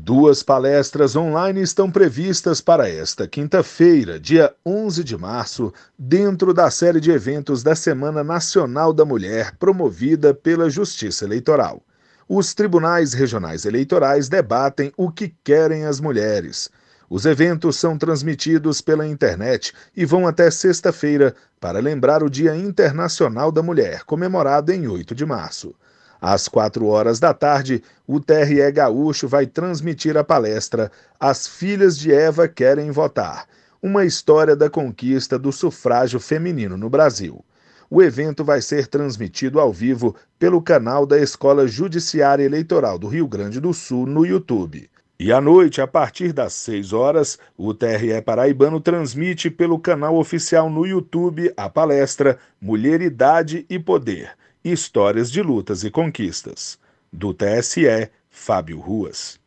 Duas palestras online estão previstas para esta quinta-feira, dia 11 de março, dentro da série de eventos da Semana Nacional da Mulher, promovida pela Justiça Eleitoral. Os tribunais regionais eleitorais debatem o que querem as mulheres. Os eventos são transmitidos pela internet e vão até sexta-feira para lembrar o Dia Internacional da Mulher, comemorado em 8 de março. Às 4 horas da tarde, o TRE Gaúcho vai transmitir a palestra As Filhas de Eva Querem Votar, uma história da conquista do sufrágio feminino no Brasil. O evento vai ser transmitido ao vivo pelo canal da Escola Judiciária Eleitoral do Rio Grande do Sul no YouTube. E à noite, a partir das 6 horas, o TRE paraibano transmite pelo canal oficial no YouTube a palestra Mulher, Idade e Poder. Histórias de lutas e conquistas. Do TSE, Fábio Ruas.